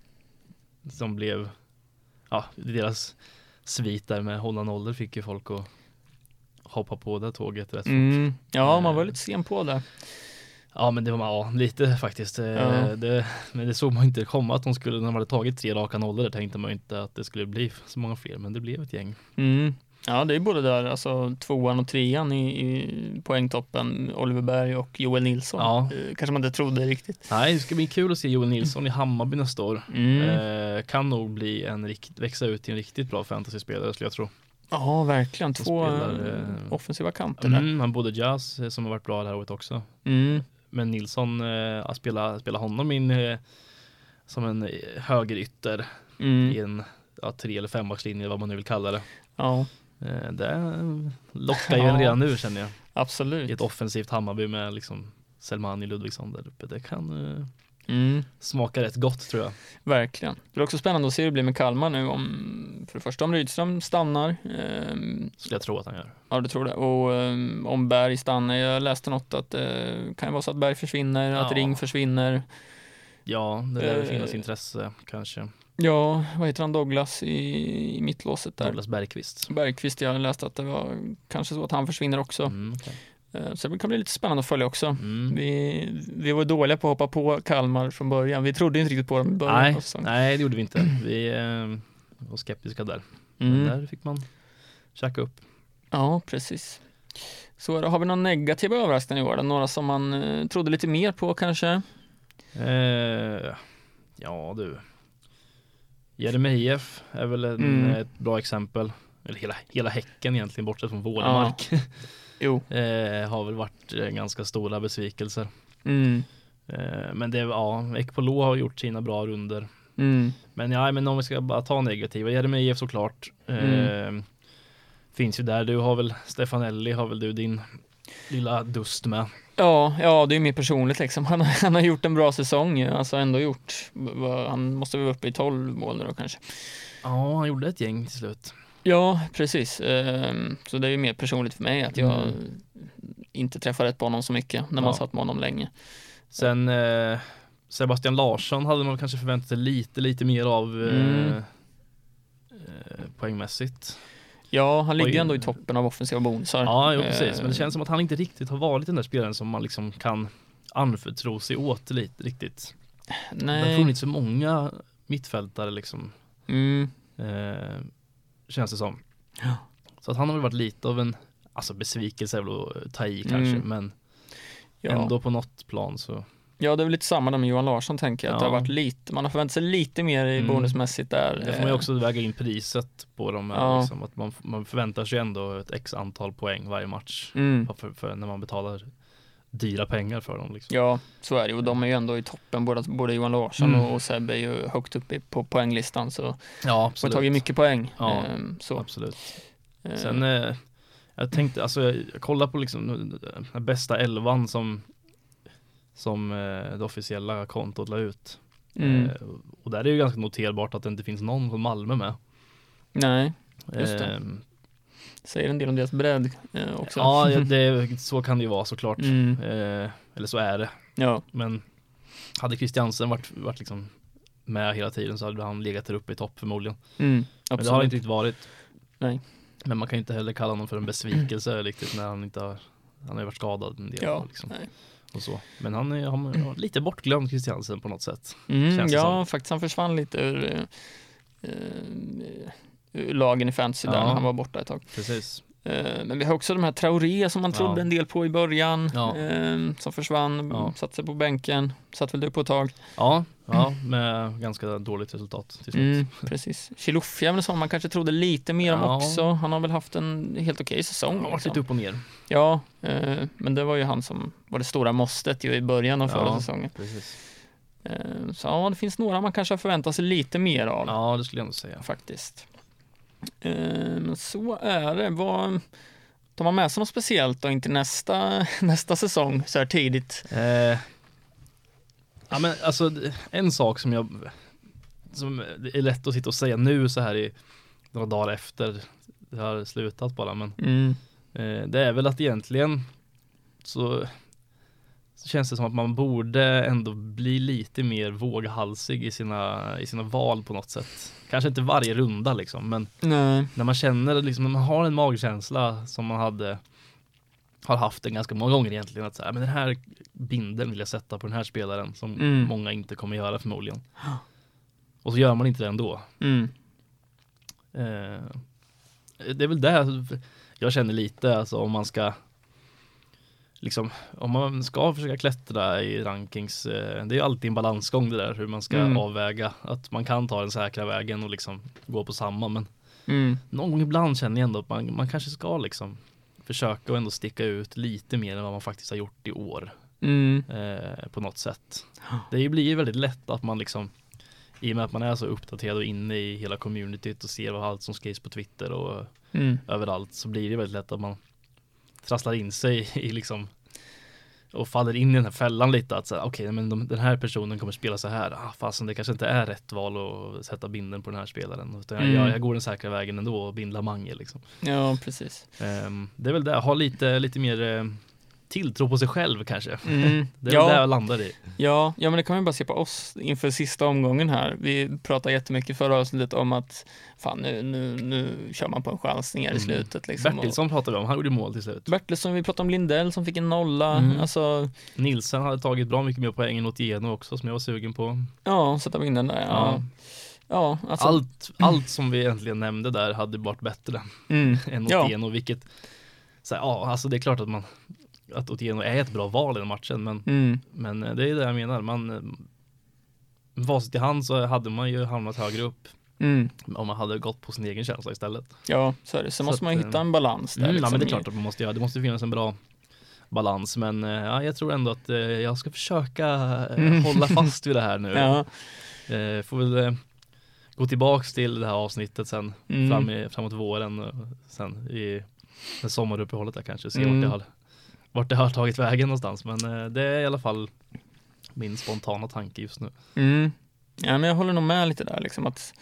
som blev, ja, deras svit där med hålla nollor fick ju folk att hoppa på det tåget rätt mm. fort. Ja, man var lite sen på det. Ja, men det var man ja, lite faktiskt. Ja. Det, men det såg man inte komma att de skulle, när de hade tagit tre raka nollor, där tänkte man inte att det skulle bli så många fler, men det blev ett gäng. Mm. Ja, det är både där, alltså tvåan och trean i, i poängtoppen, Oliver Berg och Joel Nilsson. Ja. Kanske man inte trodde riktigt. Nej, det ska bli kul att se Joel Nilsson mm. i Hammarby nästa år. Mm. Eh, kan nog bli en rikt, växa ut till en riktigt bra fantasyspelare, skulle jag tro. Ja, verkligen. Två spelar, eh, offensiva kanter där. Mm, han både Jazz som har varit bra det här året också. Mm. Men Nilsson, eh, att spela, spela honom in eh, som en högerytter mm. i en ja, tre- eller fembackslinje, vad man nu vill kalla det. Ja. Eh, det lockar ju ja. en redan nu, känner jag. Absolut. I ett offensivt Hammarby med liksom Selmani Ludvigsson där uppe. Det kan eh, mm. smaka rätt gott, tror jag. Verkligen. Det är också spännande att se hur det blir med Kalmar nu. Om, för det första om Rydström stannar. Eh, Skulle jag tro att han gör. Ja, du tror det. Och eh, om Berg stannar. Jag läste något att det eh, kan vara så att Berg försvinner, ja. att Ring försvinner. Ja, det lär eh, finnas intresse kanske. Ja, vad heter han? Douglas i, i mittlåset där. Douglas Bergqvist. Bergqvist, jag läste att det var kanske så att han försvinner också. Mm, okay. Så det kan bli lite spännande att följa också. Mm. Vi, vi var dåliga på att hoppa på Kalmar från början. Vi trodde inte riktigt på dem i början. Nej, nej det gjorde vi inte. Vi eh, var skeptiska där. Mm. Men där fick man checka upp. Ja, precis. Så har vi någon negativa överraskningar i år? Några som man eh, trodde lite mer på kanske? Eh, ja, du. Jeremejeff är väl en, mm. ett bra exempel. Eller hela, hela Häcken egentligen, bortsett från Vålemark. Ja. Jo. Eh, har väl varit eh, ganska stora besvikelser. Mm. Eh, men det ja, Ekpolo har gjort sina bra runder. Mm. Men ja, men om vi ska bara ta negativa, Jeremejeff såklart. Mm. Eh, finns ju där, du har väl Stefanelli, har väl du din lilla dust med. Ja, ja, det är mer personligt liksom. Han, han har gjort en bra säsong, alltså ändå gjort, han måste vara uppe i tolv mål nu då kanske. Ja, han gjorde ett gäng till slut. Ja, precis. Så det är ju mer personligt för mig att jag Mm. inte träffar rätt på honom så mycket när man Ja. satt med honom länge. Sen eh, Sebastian Larsson hade man kanske förväntat sig lite, lite mer av eh, Mm. eh, poängmässigt. Ja, han ligger Oj. ändå i toppen av offensiva bonusar. Ja, jo, precis. Men det Eh, känns som att han inte riktigt har varit den där spelaren som man liksom kan anförtro sig åt lite riktigt. Det har Nej. funnits så många mittfältare liksom. Mm. Eh, känns det som. Ja. Så att han har väl varit lite av en alltså besvikelse är väl att ta i kanske, Mm. men Ja. ändå på något plan så. ja, det är väl lite samma där med Johan Larsson tänker jag. Att Ja. det har varit lite, man har förväntat sig lite mer i Mm. bonusmässigt där. Det får man ju också väga in priset på dem. här, Ja. Liksom, att man, man förväntar sig ändå ett x antal poäng varje match Mm. för, för när man betalar dyra pengar för dem. Liksom. Ja, så är det. Och de är ju ändå i toppen. Både, både Johan Larsson Mm. och Sebbe är ju högt upp i- på poänglistan. Så Ja, de har absolut. tagit mycket poäng. Ja, Ehm, så. absolut. Ehm, Sen eh, jag tänkte, alltså jag, jag kollar på liksom den bästa elvan som som eh, det officiella kontot la ut. mm. Eh, och där är det ju ganska noterbart att det inte finns någon från Malmö med. Nej, just det. Ehm, säger en del om deras bredd eh, också. ja, ja, det, så kan det ju vara såklart. Mm. Eh, eller så är det. Ja. Men hade Christiansen varit, varit liksom med hela tiden så hade han legat där uppe i topp förmodligen. Mm. Men det har Absolut. det inte riktigt varit. Nej. Men man kan ju inte heller kalla honom för en besvikelse riktigt när han inte har, han har ju varit skadad en del. Ja, Liksom, nej. och så. Men han är, han är lite bortglömd Christiansen på något sätt. Mm, Känns det ja, som. faktiskt han försvann lite ur, eh, eh, ur lagen i fantasy där Ja. när han var borta ett tag. Precis. Eh, men vi har också de här Traoré som man Ja. trodde en del på i början, Ja. eh, som försvann, Ja. satte sig på bänken, satt väl du på ett tag. Ja, ja, med ganska dåligt resultat till slut. Mm, precis. Chilufya är väl som man kanske trodde lite mer om Ja. också. Han har väl haft en helt okej säsong. Han har varit liksom. lite upp och ner. Ja, eh, men det var ju han som var det stora måstet ju i början av förra Ja. säsongen. Precis. Eh, så ja, det finns några man kanske har förväntat sig lite mer av. Ja, det skulle jag ändå säga. Faktiskt. Eh, Men så är det. Vad tar man med sig något speciellt då inte nästa, nästa säsong så här tidigt? Eh, ja, men alltså en sak som jag som är lätt att sitta och säga nu så här i några dagar efter det har slutat bara, men Mm. eh, det är väl att egentligen så, så känns det som att man borde ändå bli lite mer våghalsig i sina, i sina val på något sätt. Kanske inte varje runda liksom, men Nej. när man känner liksom, när man har en magkänsla som man hade har haft den ganska många gånger egentligen, att så här, men den här binden vill jag sätta på den här spelaren som Mm. många inte kommer göra förmodligen. Och så gör man inte det ändå. Mm. Eh, det är väl det jag känner lite, alltså om man ska liksom, om man ska försöka klättra i rankings, eh, det är ju alltid en balansgång det där, hur man ska Mm. avväga, att man kan ta den säkra vägen och liksom gå på samma, men Mm. någon gång ibland känner jag ändå att man, man kanske ska liksom försöka och ändå sticka ut lite mer än vad man faktiskt har gjort i år Mm. eh, på något sätt. Det blir ju väldigt lätt att man liksom, i och med att man är så uppdaterad och inne i hela communityt och ser vad allt som skrivs på Twitter och Mm. överallt, så blir det väldigt lätt att man trasslar in sig i liksom och faller in i den här fällan lite, att säga okej, okay, men de, den här personen kommer spela så här, ah, fastän det kanske inte är rätt val att sätta binden på den här spelaren, utan Mm. jag, jag går den säkra vägen ändå och bindlar Mange liksom. Ja, precis. Um, det är väl det, ha lite, lite mer uh, tilltro på sig själv kanske. Mm. Det är Ja. väl det jag landar i. Ja, ja, men det kan man ju bara se på oss inför sista omgången här. Vi pratade jättemycket förra avsnittet om att fan, nu, nu, nu kör man på en chansning här i Mm. slutet. Liksom. Bertilsson pratade vi om, han gjorde mål till slut. Och Bertilsson, vi pratade om Lindell som fick en nolla. Mm. Alltså, Nilsen hade tagit bra mycket mer poäng än Otieno också, som jag var sugen på. ja, sätta vinden där. Ja, ja alltså. Allt, allt som vi egentligen nämnde där hade varit bättre Mm. än Ja. Otieno, vilket så här, ja, alltså det är klart att man att Otieno är ett bra val i den matchen, men, Mm. men det är det jag menar. Man var sig till hand så hade man ju hamnat högre upp Mm. om man hade gått på sin egen känsla istället. Ja, så är det. Sen Så måste man ju att, hitta eh, en balans där. Mm, liksom. ja, men det är klart att man måste göra. Det måste finnas en bra balans, men eh, ja, jag tror ändå att eh, jag ska försöka eh, Mm. hålla fast vid det här nu. Ja. Eh, får väl eh, gå tillbaks till det här avsnittet sen Mm. fram i, framåt våren och sen i det sommaruppehållet där kanske se Mm. vart, det har, vart det har tagit vägen någonstans, men eh, det är i alla fall min spontana tanke just nu. Mm. Ja, men jag håller nog med lite där liksom, att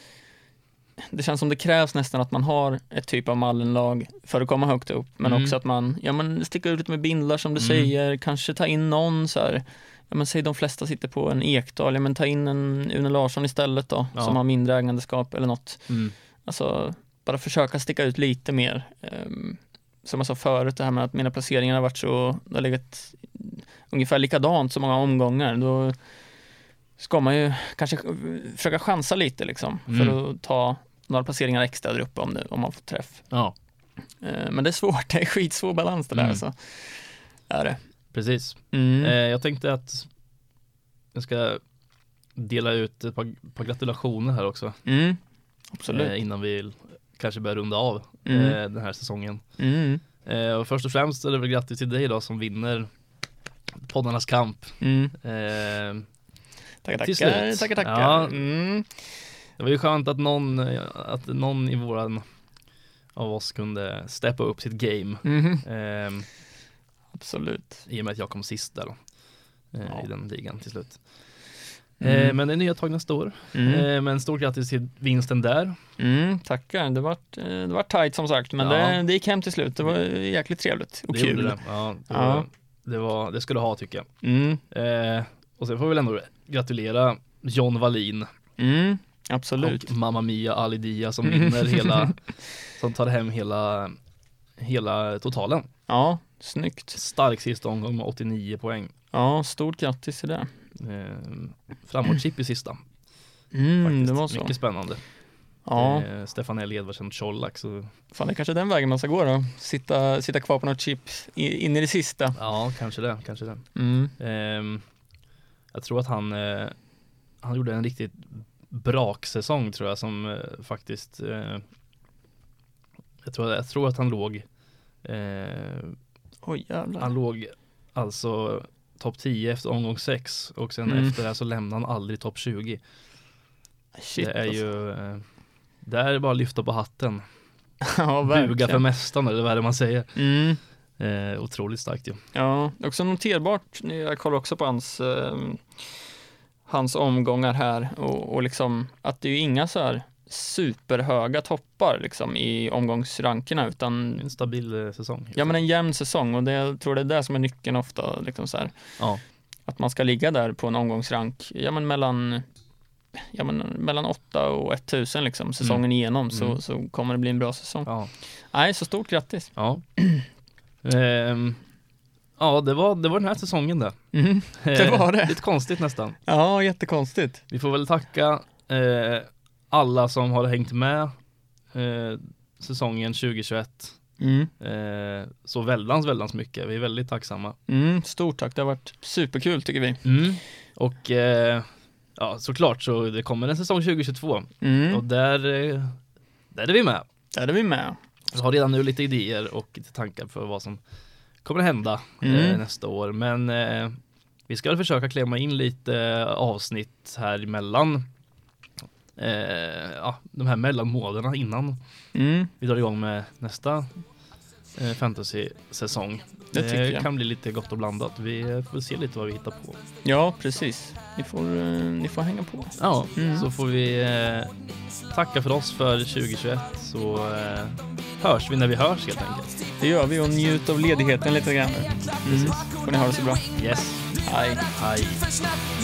det känns som det krävs nästan att man har ett typ av mallenlag för att komma högt upp, men Mm. också att man, ja men sticker ut med bindlar som du Mm. säger, kanske ta in någon så här, ja men säg de flesta sitter på en Ekdal, ja men ta in en Une Larsson istället då, Ja. som har mindre ägandeskap eller något. Mm. Alltså bara försöka sticka ut lite mer. Um, som jag sa förut, det här med att mina placeringar har varit så, det har legat ungefär likadant så många omgångar, då ska man ju kanske försöka chansa lite liksom, för Mm. att ta några placeringar extra där uppe om, det, om man får träff. Ja, Uh, men det är svårt, det är skitsvår balans det där. Mm. Så är det. precis. Mm. Eh, jag tänkte att jag ska dela ut ett par, par gratulationer här också. Mm. Absolut. Eh, innan vi kanske börjar runda av Mm. eh, den här säsongen. Mm. Eh, och först och främst är det väl grattis till dig då som vinner poddarnas kamp. Mm. Eh, Tackar, Till tackar, slut. tackar, tackar. Ja. Mm. det var ju skönt att någon, att någon i våran av oss kunde steppa upp sitt game. Mhm. Eh, Absolut. I och med att jag kom sist där då. Eh, Ja. I den ligan till slut. Mm. Eh, men det är nya tag nästa år. Mm. Eh, men stort grattis till vinsten där. Mm, tackar. Det var, det var tajt som sagt, men Ja. det, det gick hem till slut. Det var jäkligt trevligt och Det kul. gjorde det. Ja, det, Ja. Var, det, var, det ska du ha tycker jag. Mm. Eh, och sen får vi väl ändå gratulera John Wallin Mm, absolut. och Mamma Mia Ali Dia som Mm. vinner hela, som tar hem hela, hela totalen. Ja, snyggt. Stark sista omgång med åttionio poäng. Ja, stort grattis till det. Eh, framåt chip i sista. Mm, Faktiskt. det var så. Mycket spännande. Ja, Eh, Stefanelli Edvardsen Colak. Så, fan det är kanske den vägen man ska gå då. Sitta, sitta kvar på något chip i, in i det sista. ja, kanske det. Kanske det. Mm. Eh, jag tror att han, eh, han gjorde en riktigt braksäsong tror jag som eh, faktiskt eh, jag, tror, jag tror att han låg eh, Oj jävlar. han låg alltså topp tio efter omgång sex och sen Mm. efter det här så lämnade han aldrig topp tjugo. Shit, Det är alltså. ju eh, det är bara att lyfta på hatten. Ja, Buga för verkligen. mästaren eller vad är det man säger. Mm. Eh, otroligt starkt ju. Ja, också noterbart. Jag kollar också på hans eh, hans omgångar här och, och liksom att det är ju inga så här superhöga toppar liksom i omgångsrankerna, utan En stabil eh, säsong. ja men en jämn säsong, och det, jag tror det är det som är nyckeln ofta liksom så här, Ja. att man ska ligga där på en omgångsrank ja men mellan ja men mellan åtta och tusen liksom säsongen Mm. igenom så, Mm. så kommer det bli en bra säsong. Ja. Nej, så stort grattis. Ja. Ehm, ja, det var, det var den här säsongen där. Mm. Det var det. Lite konstigt nästan. Ja, jättekonstigt. Vi får väl tacka eh, alla som har hängt med eh, säsongen tjugohundratjugoett. Mm. Eh, så väldans, väldans mycket. Vi är väldigt tacksamma. Mm, stort tack, det har varit superkul tycker vi. Mm. Och eh, ja, såklart så det kommer en säsong tjugohundratjugotvå. Mm. Och där, eh, där är vi med. Där är vi med. Vi har redan nu lite idéer och lite tankar för vad som kommer att hända Mm. eh, nästa år. Men eh, vi ska väl försöka klämma in lite avsnitt här emellan. Eh, ja, de här mellanmånaderna innan Mm. vi drar igång med nästa eh, fantasy-säsong. Det tycker jag. kan bli lite gott och blandat. Vi får se lite vad vi hittar på. Ja, precis. Ni får, eh, ni får hänga på. Ja, Mm. så får vi eh, tacka för oss för tjugohundratjugoett, så eh, hörs vi när vi hörs helt enkelt. Det gör vi, och njut av ledigheten lite grann. Mm. Får ni ha det så bra. Yes, Hej. hej. För snabbt